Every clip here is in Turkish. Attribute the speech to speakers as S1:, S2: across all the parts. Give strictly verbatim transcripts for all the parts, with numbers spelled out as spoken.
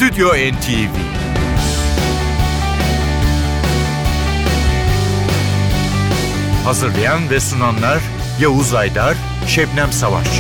S1: Stüdyo N T V. Hazırlayan ve sunanlar Yavuz Aydar, Şebnem Savaşçı.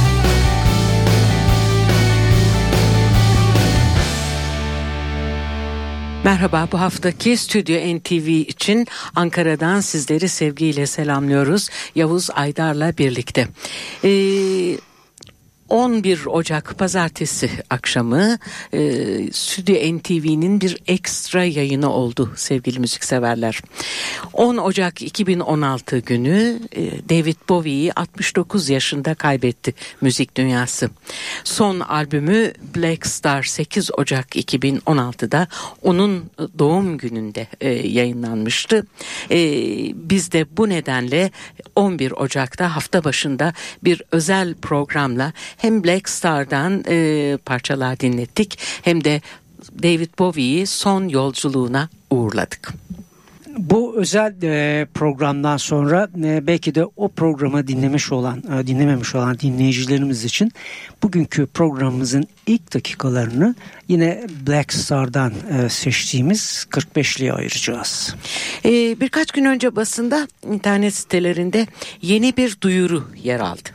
S2: Merhaba, bu haftaki Stüdyo N T V için Ankara'dan sizleri sevgiyle selamlıyoruz. Yavuz Aydar'la birlikte. Ee, on bir Ocak Pazartesi akşamı e, Stüdyo N T V'nin bir ekstra yayını oldu sevgili müzikseverler. on Ocak iki bin on altı günü e, David Bowie'yi altmış dokuz yaşında kaybetti müzik dünyası. Son albümü Black Star sekiz Ocak iki bin on altıda onun doğum gününde e, yayınlanmıştı. E, biz de bu nedenle on bir Ocak'ta hafta başında bir özel programla hem Black Star'dan e, parçalar dinlettik hem de David Bowie'yi son yolculuğuna uğurladık.
S3: Bu özel e, programdan sonra e, belki de o programı dinlemiş olan, e, dinlememiş olan dinleyicilerimiz için bugünkü programımızın ilk dakikalarını yine Black Star'dan e, seçtiğimiz kırk beşliğe ayıracağız.
S2: E, birkaç gün önce basında, internet sitelerinde yeni bir duyuru yer aldı.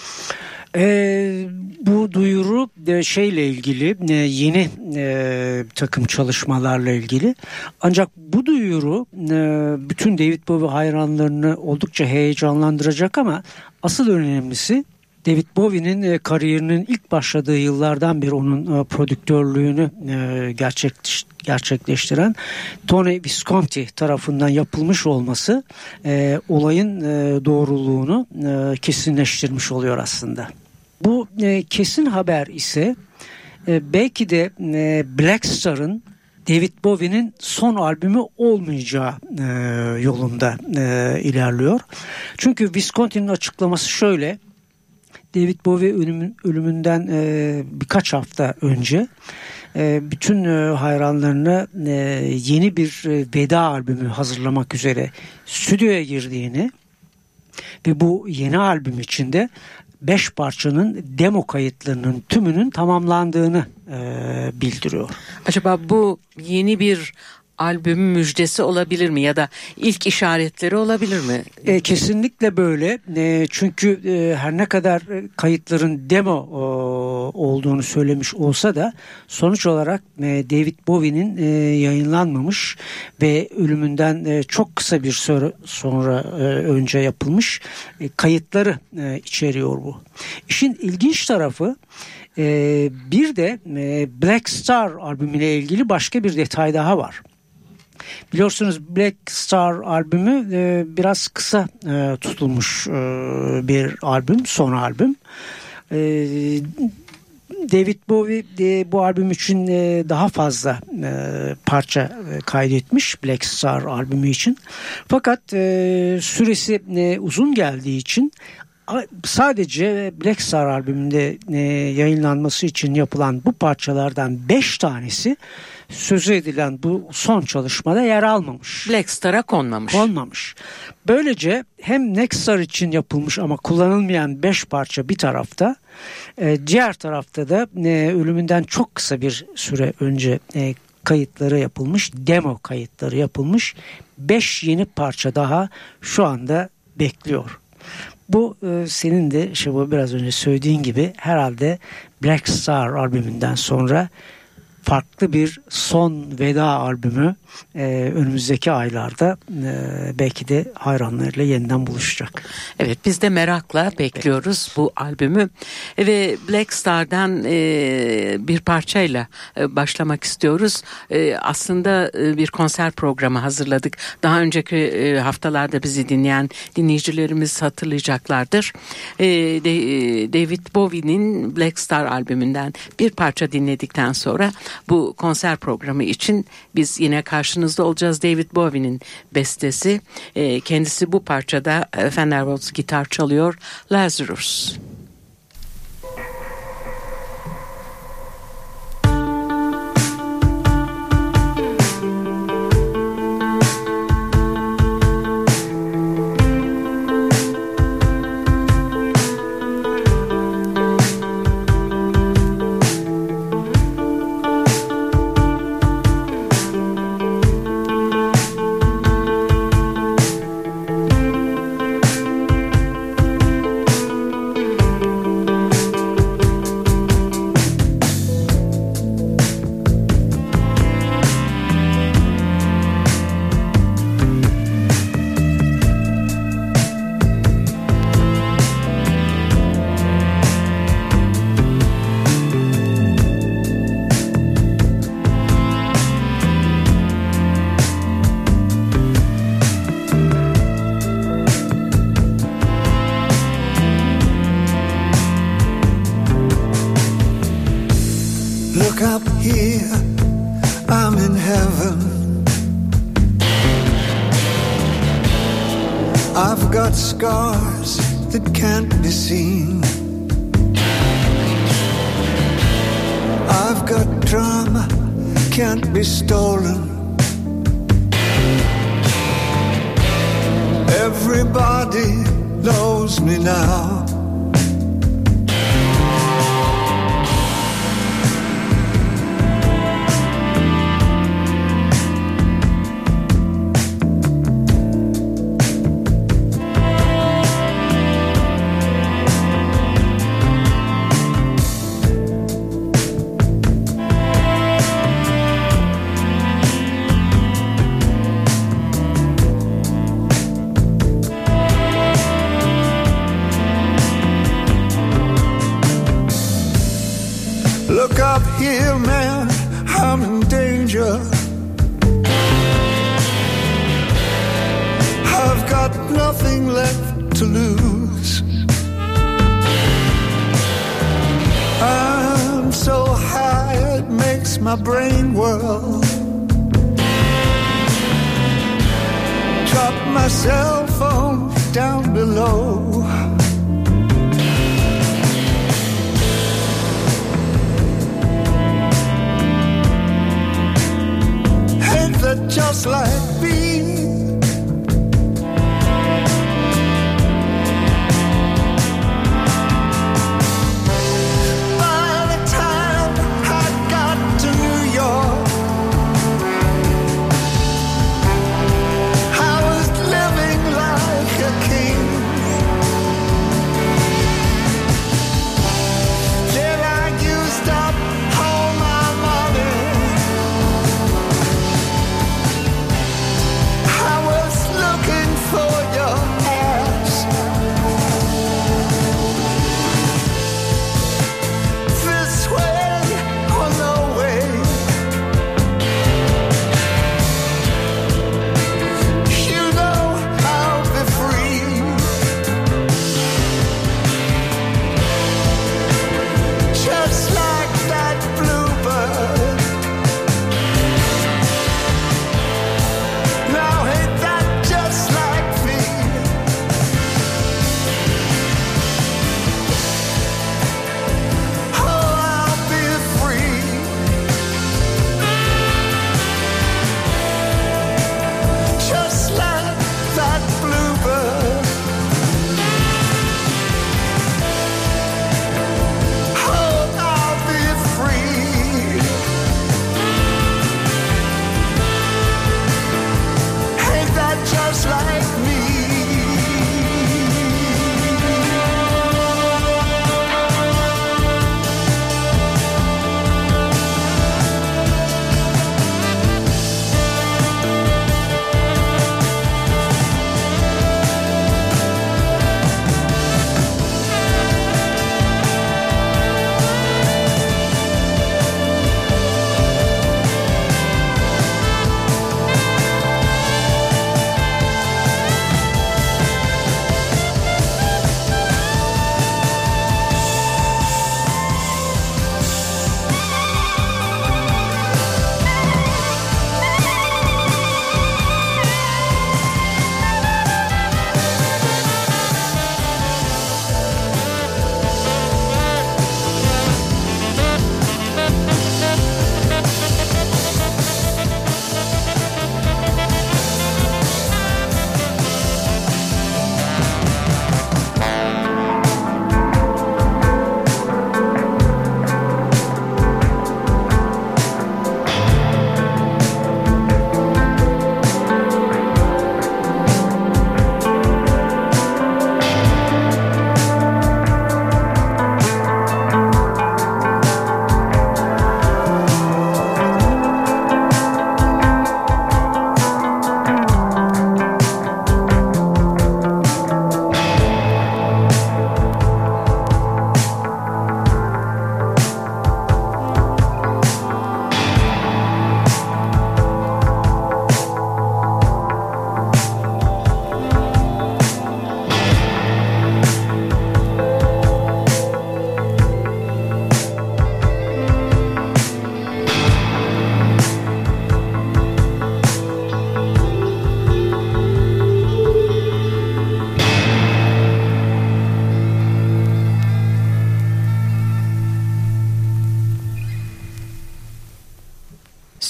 S3: Ee, bu duyuru e, şeyle ilgili e, yeni e, takım çalışmalarla ilgili, ancak bu duyuru e, bütün David Bowie hayranlarını oldukça heyecanlandıracak ama asıl önemlisi David Bowie'nin e, kariyerinin ilk başladığı yıllardan beri onun e, prodüktörlüğünü e, gerçek, gerçekleştiren Tony Visconti tarafından yapılmış olması e, olayın e, doğruluğunu e, kesinleştirmiş oluyor aslında. Bu e, kesin haber ise e, belki de e, Black Star'ın David Bowie'nin son albümü olmayacağı e, yolunda e, ilerliyor. Çünkü Visconti'nin açıklaması şöyle: David Bowie ölümün, ölümünden e, birkaç hafta önce e, bütün e, hayranlarına e, yeni bir e, veda albümü hazırlamak üzere stüdyoya girdiğini ve bu yeni albüm içinde beş parçanın demo kayıtlarının tümünün tamamlandığını e, bildiriyor.
S2: Acaba bu yeni bir albüm müjdesi olabilir mi ya da ilk işaretleri olabilir mi?
S3: E, kesinlikle böyle. E, çünkü e, her ne kadar kayıtların demo e, olduğunu söylemiş olsa da sonuç olarak e, David Bowie'nin e, yayınlanmamış ve ölümünden e, çok kısa bir süre sonra e, önce yapılmış e, kayıtları e, içeriyor bu. İşin ilginç tarafı, e, bir de e, Black Star albümüyle ilgili başka bir detay daha var. Biliyorsunuz Black Star albümü e, biraz kısa e, tutulmuş e, bir albüm, son albüm. E, David Bowie e, bu albüm için e, daha fazla e, parça e, kaydetmiş Black Star albümü için. Fakat e, süresi e, uzun geldiği için sadece Black Star albümünde e, yayınlanması için yapılan bu parçalardan beş tanesi sözü edilen bu son çalışmada yer almamış.
S2: Black Star'a konmamış.
S3: Konmamış. Böylece hem Next Star için yapılmış ama kullanılmayan beş parça bir tarafta, e, diğer tarafta da e, ölümünden çok kısa bir süre önce e, kayıtları yapılmış, demo kayıtları yapılmış beş yeni parça daha şu anda bekliyor. Bu e, senin de işte bu biraz önce söylediğin gibi herhalde Black Star albümünden sonra farklı bir son veda albümü e, önümüzdeki aylarda e, belki de hayranlarıyla yeniden buluşacak.
S2: Evet, biz de merakla bekliyoruz bu albümü ve Black Star'dan e, bir parçayla e, başlamak istiyoruz. E, aslında e, bir konser programı hazırladık. Daha önceki e, haftalarda bizi dinleyen dinleyicilerimiz hatırlayacaklardır. E, de, e, David Bowie'nin Black Star albümünden bir parça dinledikten sonra bu konser programı için biz yine karşınızda olacağız. David Bowie'nin bestesi. E, kendisi bu parçada Fender Rhodes gitar çalıyor. Lazarus.
S4: Look up here, I'm in heaven. I've got scars that can't be seen. I've got drama, can't be stolen. Everybody knows me now. Look up here, man, I'm in danger. I've got nothing left to lose. I'm so high it makes my brain whirl. Drop my cell phone down below. That just like me, by the time I got to New York, I was living like a king.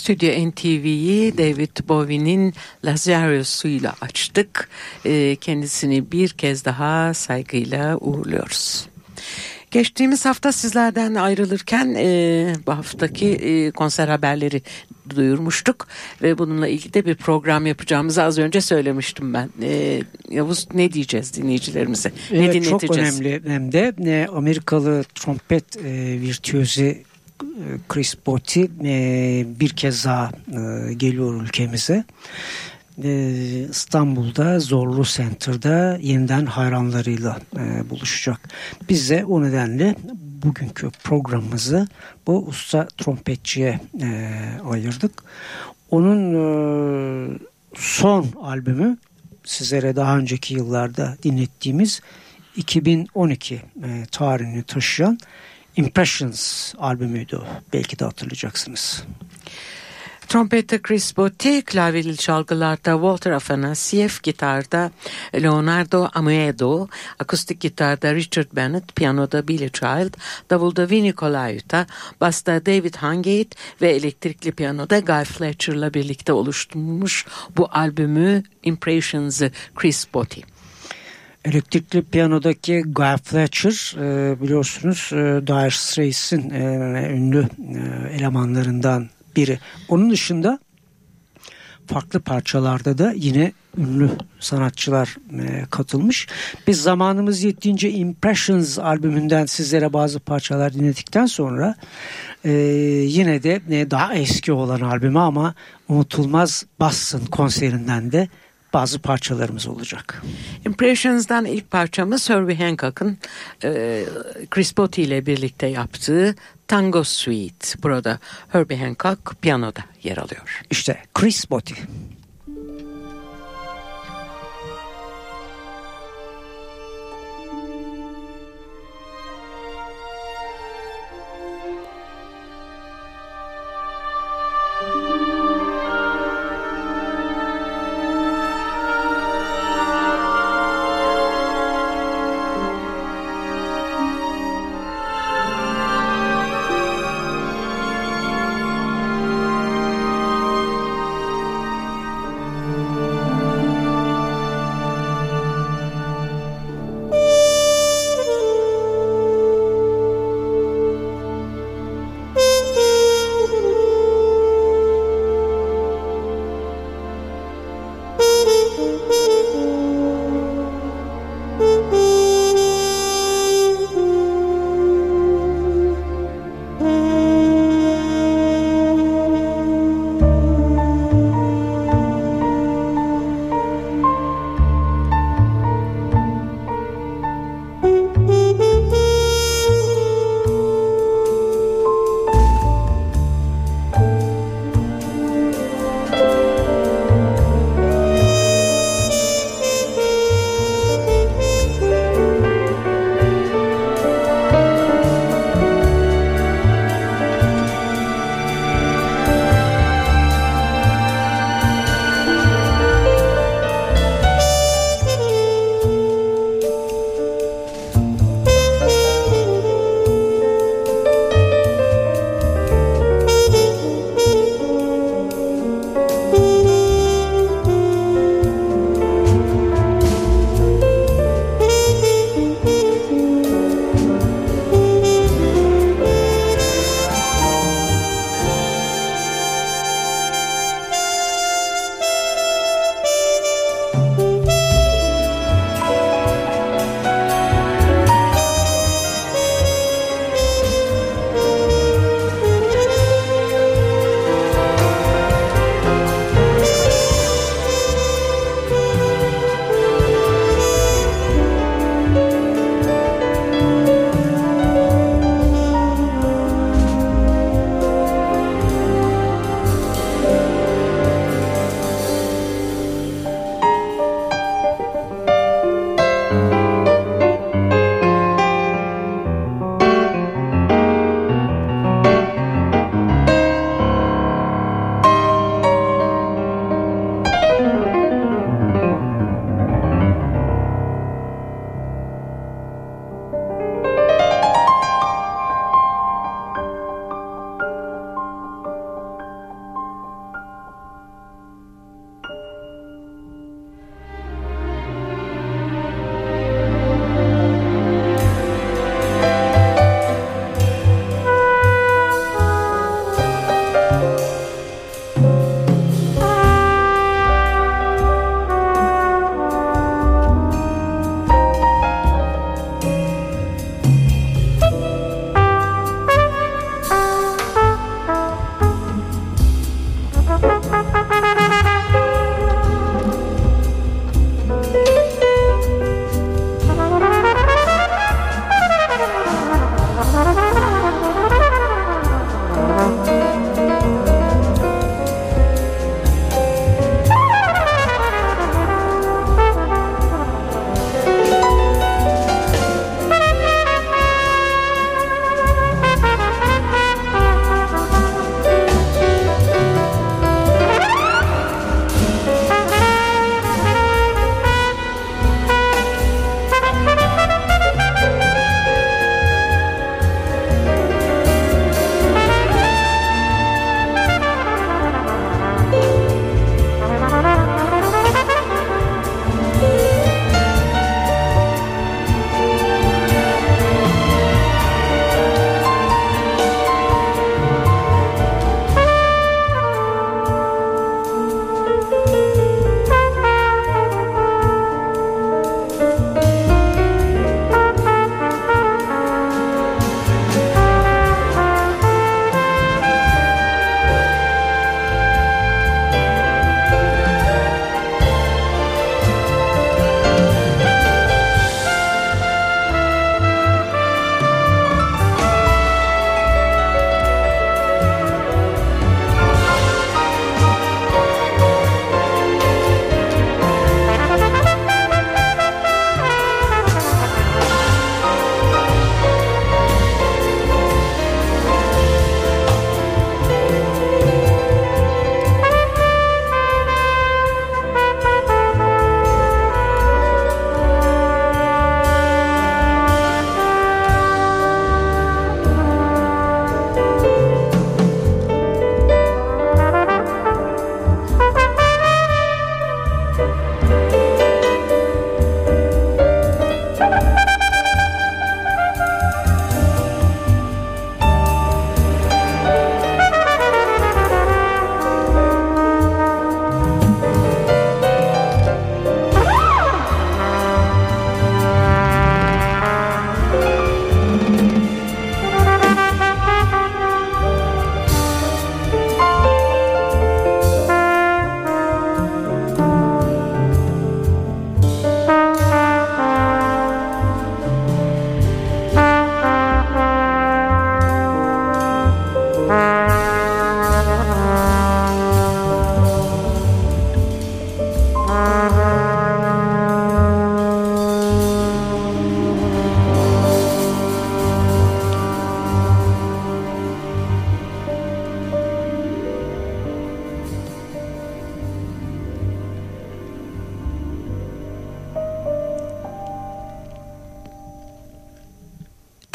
S2: Stüdyo N T V'yi David Bowie'nin Lazarus'uyla açtık. Ee, kendisini bir kez daha saygıyla uğurluyoruz. Geçtiğimiz hafta sizlerden ayrılırken e, bu haftaki e, konser haberleri duyurmuştuk ve bununla ilgili de bir program yapacağımızı az önce söylemiştim ben. E, Yavuz, ne diyeceğiz dinleyicilerimize? Ne
S3: evet,
S2: dinleteceğiz?
S3: çok önemli hem de e, Amerikalı trompet e, virtüözü Chris Botti e, bir kez daha e, geliyor ülkemize. İstanbul'da Zorlu Center'da yeniden hayranlarıyla e, buluşacak. Biz de o nedenle bugünkü programımızı bu usta trompetçiye e, ayırdık. Onun e, son albümü sizlere daha önceki yıllarda dinlettiğimiz iki bin on iki e, tarihini taşıyan Impressions albümüydü. Belki de hatırlayacaksınız.
S2: Trompette Chris Botti, klavyeli çalgılarda Walter Afanasiev, gitarda Leonardo Amoedo, akustik gitarda Richard Bennett, piyanoda Billy Child, davulda Vinnie Colaiuta, basta David Hungate ve elektrikli piyanoda Guy Fletcher'la birlikte oluşturmuş bu albümü Impressions'ı Chris Botti.
S3: Elektrikli piyanodaki Guy Fletcher e, biliyorsunuz e, Dire Straits'in e, ünlü e, elemanlarından biri. Onun dışında farklı parçalarda da yine ünlü sanatçılar e, katılmış. Biz zamanımız yettiğince Impressions albümünden sizlere bazı parçalar dinledikten sonra e, yine de e, daha eski olan albümü ama unutulmaz Boston konserinden de bazı parçalarımız olacak.
S2: Impressions'dan ilk parçamız Herbie Hancock'ın e, Chris Botti ile birlikte yaptığı Tango Suite. Burada Herbie Hancock piyanoda yer alıyor.
S3: İşte Chris Botti.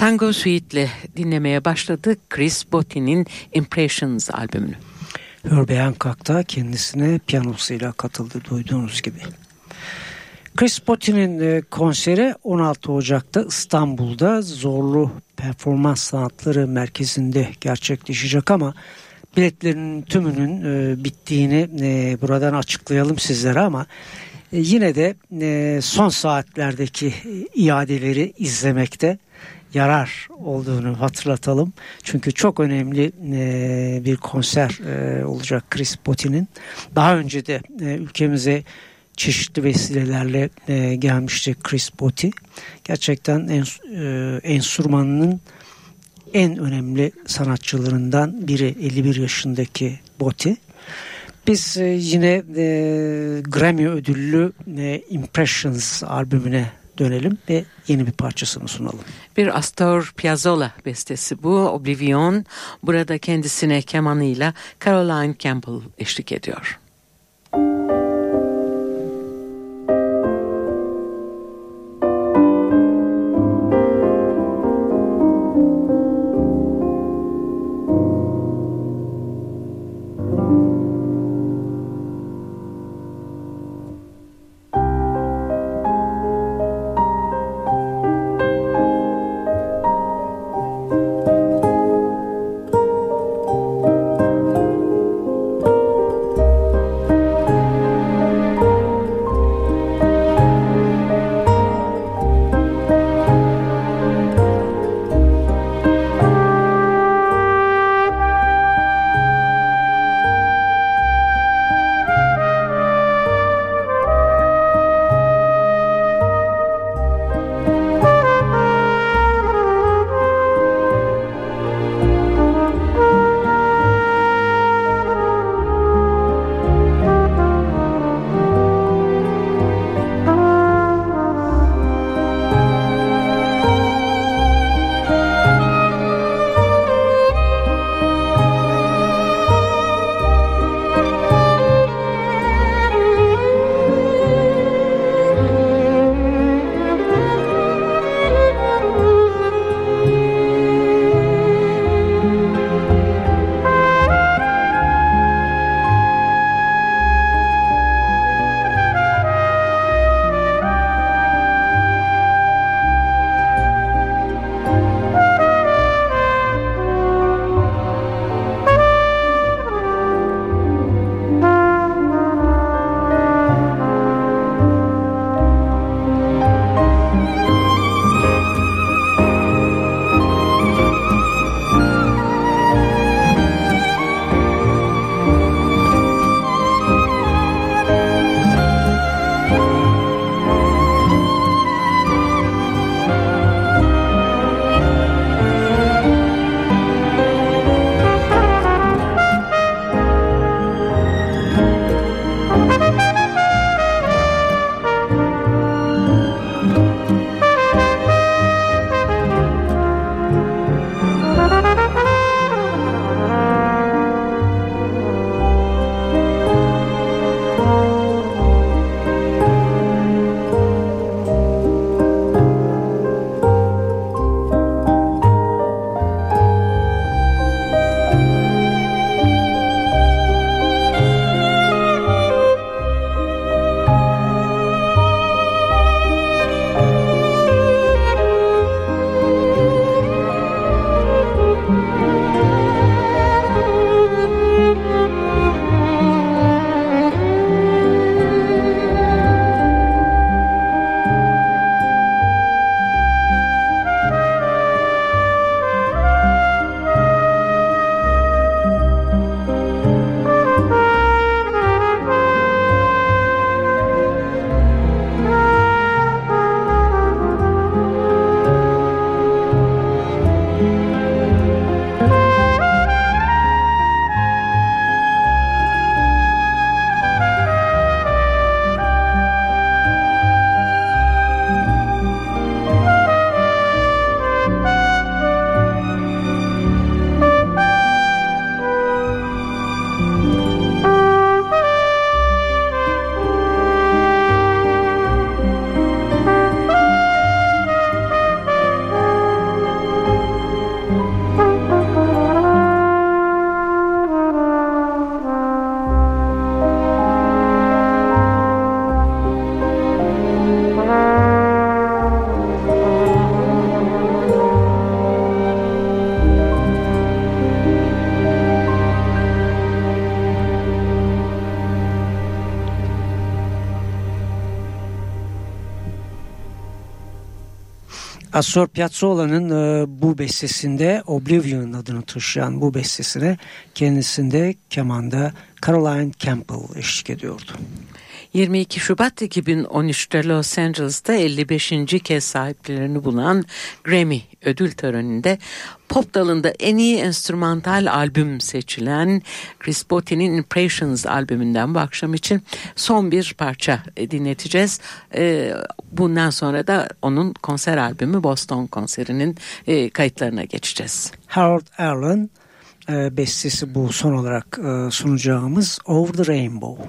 S2: Tango Suite'le dinlemeye başladık Chris Botti'nin Impressions albümünü.
S3: Herbie Hancock da kendisine piyanosuyla katıldı duyduğunuz gibi. Chris Botti'nin konseri on altı Ocak'ta İstanbul'da Zorlu Performans Sanatları Merkezi'nde gerçekleşecek ama biletlerin tümünün e, bittiğini e, buradan açıklayalım sizlere ama e, yine de e, son saatlerdeki e, iadeleri izlemekte yarar olduğunu hatırlatalım. Çünkü çok önemli e, bir konser e, olacak Chris Botti'nin. Daha önce de e, ülkemize çeşitli vesilelerle e, gelmişti Chris Botti. Gerçekten ens, e, enstrümanının en önemli sanatçılarından biri elli bir yaşındaki Botti. Biz e, yine e, Grammy ödüllü e, Impressions albümüne dönelim ve yeni bir parçasını sunalım.
S2: Bir Astor Piazzolla bestesi bu, Oblivion. Burada kendisine kemanıyla Caroline Campbell eşlik ediyor.
S3: Astor Piazzolla'nın e, bu bestesinde Oblivion adını taşıyan bu bestesine kendisinde kemanda Caroline Campbell eşlik ediyordu.
S2: yirmi iki Şubat iki bin on üçte Los Angeles'ta elli beşinci kez sahiplerini bulan Grammy ödül töreninde pop dalında en iyi enstrümantal albüm seçilen Chris Botti'nin Impressions albümünden bu akşam için son bir parça dinleteceğiz. Bundan sonra da onun konser albümü Boston konserinin kayıtlarına geçeceğiz.
S3: Harold Arlen bestesi bu son olarak sunacağımız Over the Rainbow.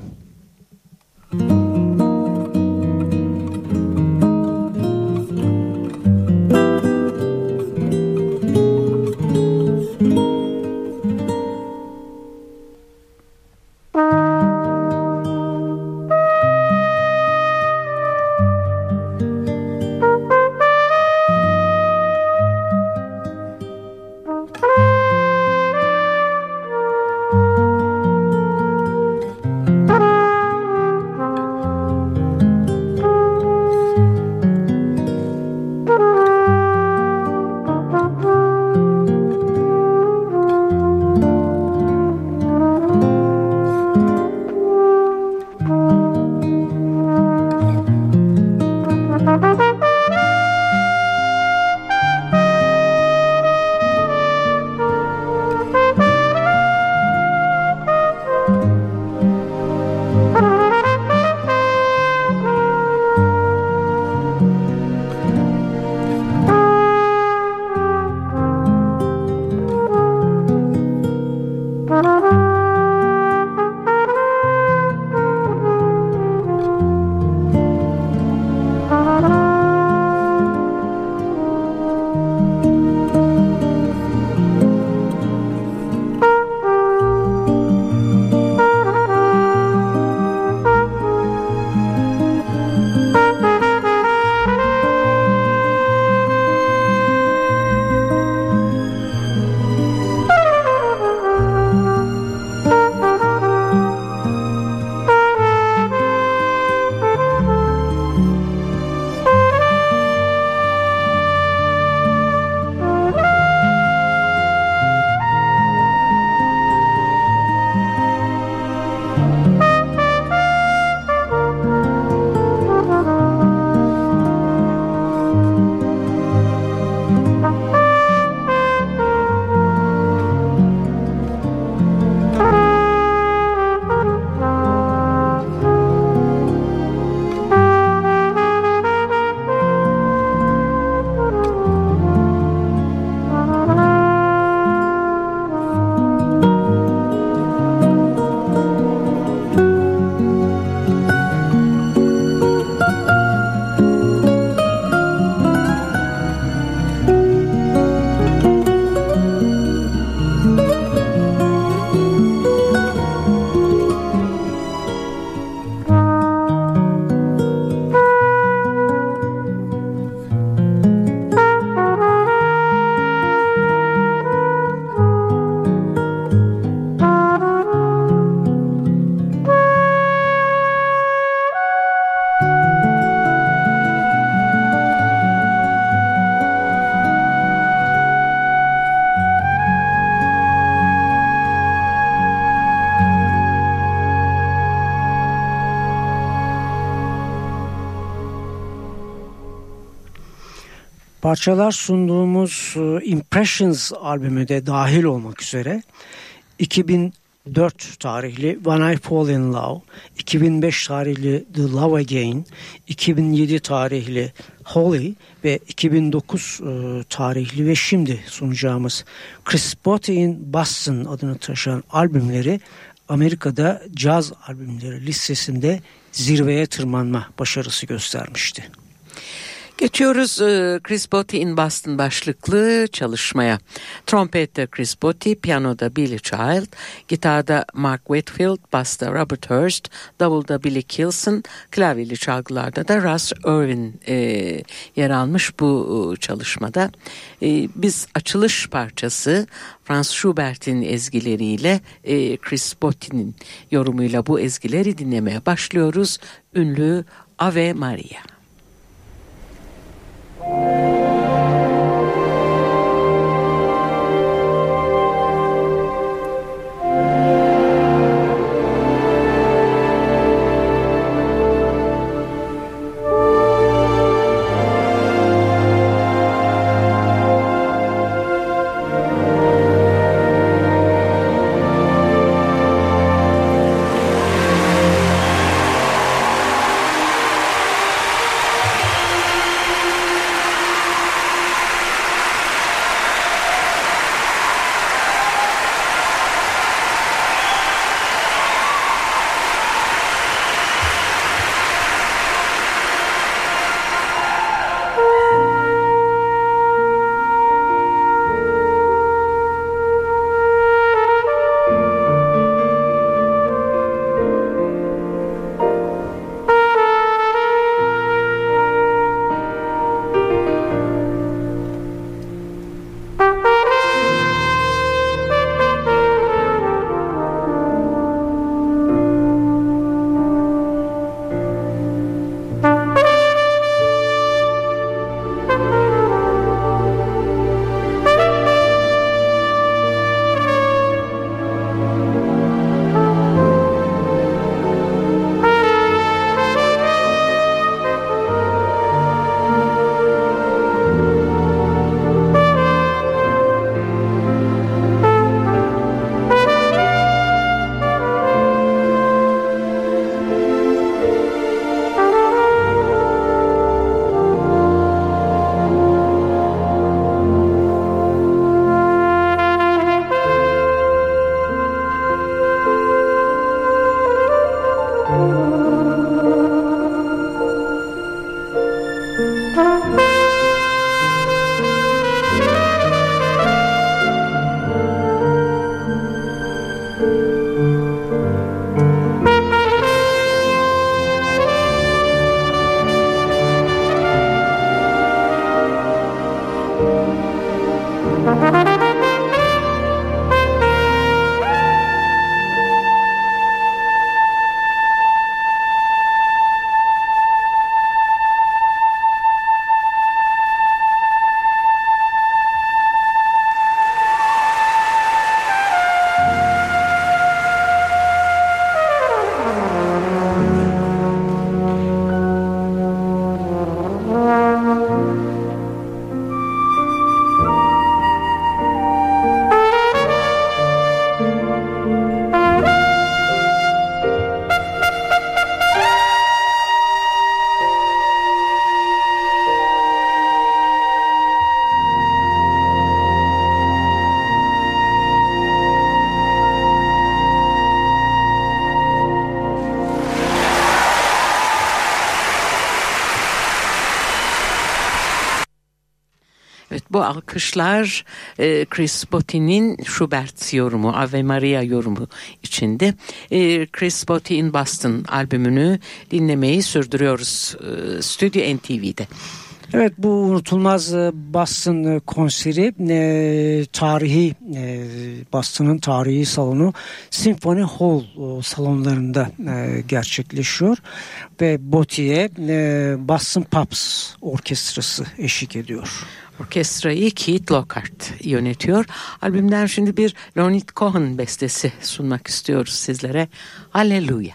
S3: Parçalar sunduğumuz Impressions albümü de dahil olmak üzere iki bin dört tarihli When I Fall in Love, iki bin beş tarihli The Love Again, iki bin yedi tarihli Holy ve iki bin dokuz tarihli ve şimdi sunacağımız Chris Botti in Boston adını taşıyan albümleri Amerika'da caz albümleri listesinde zirveye tırmanma başarısı göstermişti.
S2: Geçiyoruz Chris Botti in Boston başlıklı çalışmaya. Trompette Chris Botti, piyanoda Billy Child, gitarda Mark Whitfield, basta Robert Hurst, davulda Billy Kilson, klavyeli çalgılarda da Russ Irwin e, yer almış bu çalışmada. E, biz açılış parçası Franz Schubert'in ezgileriyle e, Chris Botti'nin yorumuyla bu ezgileri dinlemeye başlıyoruz. Ünlü Ave Maria. Thank you. Bu alkışlar e, Chris Botti'nin Schubert yorumu, Ave Maria yorumu içinde. E, Chris Botti in Boston albümünü dinlemeyi sürdürüyoruz e, Stüdyo N T V'de.
S3: Evet, bu unutulmaz Boston konseri e, tarihi e, Boston'ın tarihi salonu Symphony Hall salonlarında e, gerçekleşiyor ve Botti'ye e, Boston Pops Orkestrası eşlik ediyor.
S2: Orkestrayı Keith Lockhart yönetiyor. Albümden şimdi bir Leonard Cohen bestesi sunmak istiyoruz sizlere. Hallelujah.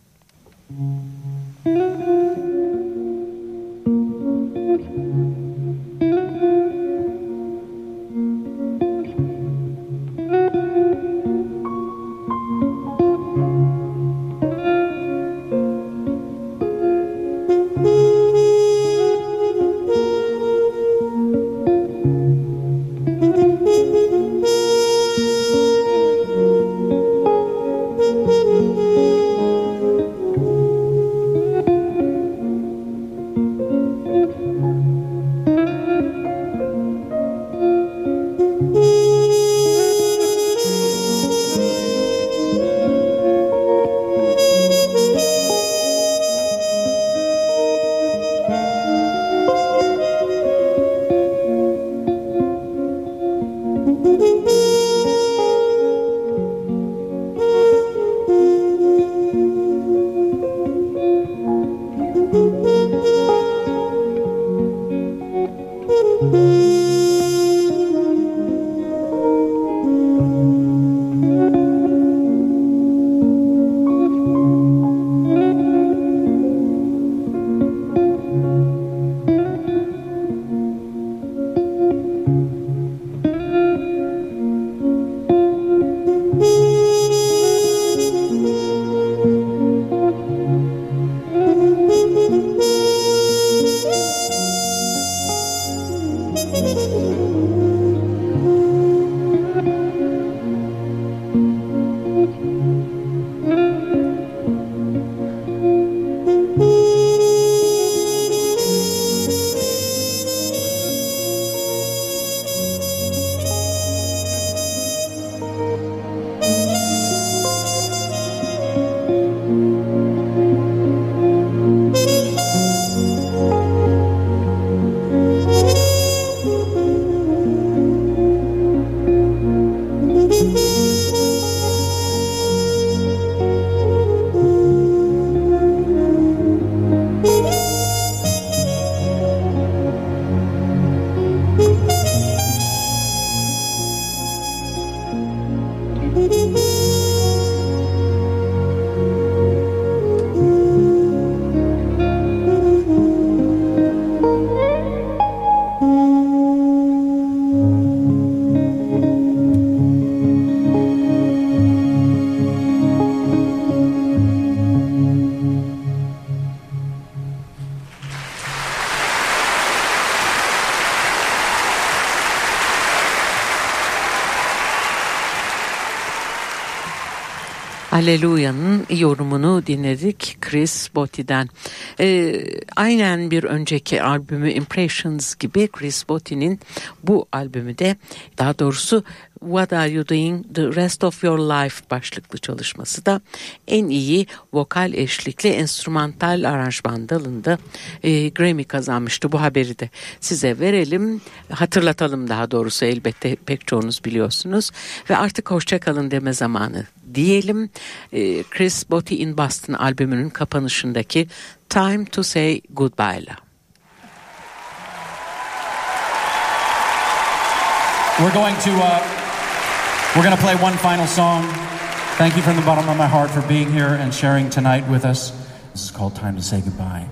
S2: Hallelujah'nın yorumunu dinledik Chris Botti'den. Ee, aynen bir önceki albümü Impressions gibi Chris Botti'nin bu albümü de, daha doğrusu What Are You Doing The Rest Of Your Life başlıklı çalışması da en iyi vokal eşlikli enstrümantal aranjman dalında e, Grammy kazanmıştı. Bu haberi de size verelim, hatırlatalım daha doğrusu, elbette pek çoğunuz biliyorsunuz. Ve artık hoşça kalın deme zamanı diyelim. E, Chris Botti in Boston albümünün kapanışındaki Time to Say Goodbye'la.
S5: We're going to uh, we're going to play one final song. Thank you from the bottom of my heart for being here and sharing tonight with us. This is called Time to Say Goodbye.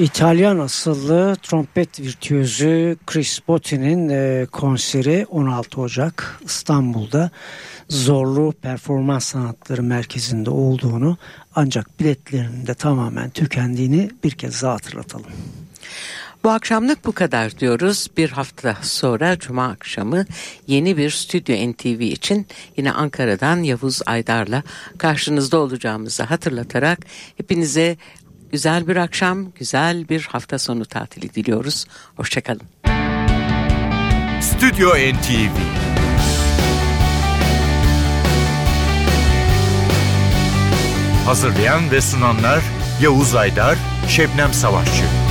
S3: İtalyan asıllı trompet virtüözü Chris Botti'nin e, konseri on altı Ocak İstanbul'da Zorlu Performans Sanatları Merkezi'nde olduğunu, ancak biletlerinin de tamamen tükendiğini bir kez daha hatırlatalım.
S2: Bu akşamlık bu kadar diyoruz. Bir hafta sonra Cuma akşamı yeni bir Stüdyo N T V için yine Ankara'dan Yavuz Aydar'la karşınızda olacağımızı hatırlatarak hepinize güzel bir akşam, güzel bir hafta sonu tatili diliyoruz. Hoşçakalın.
S1: Stüdyo N T V Hazırlayan ve sunanlar Yavuz Aydar, Şebnem Savaşçı.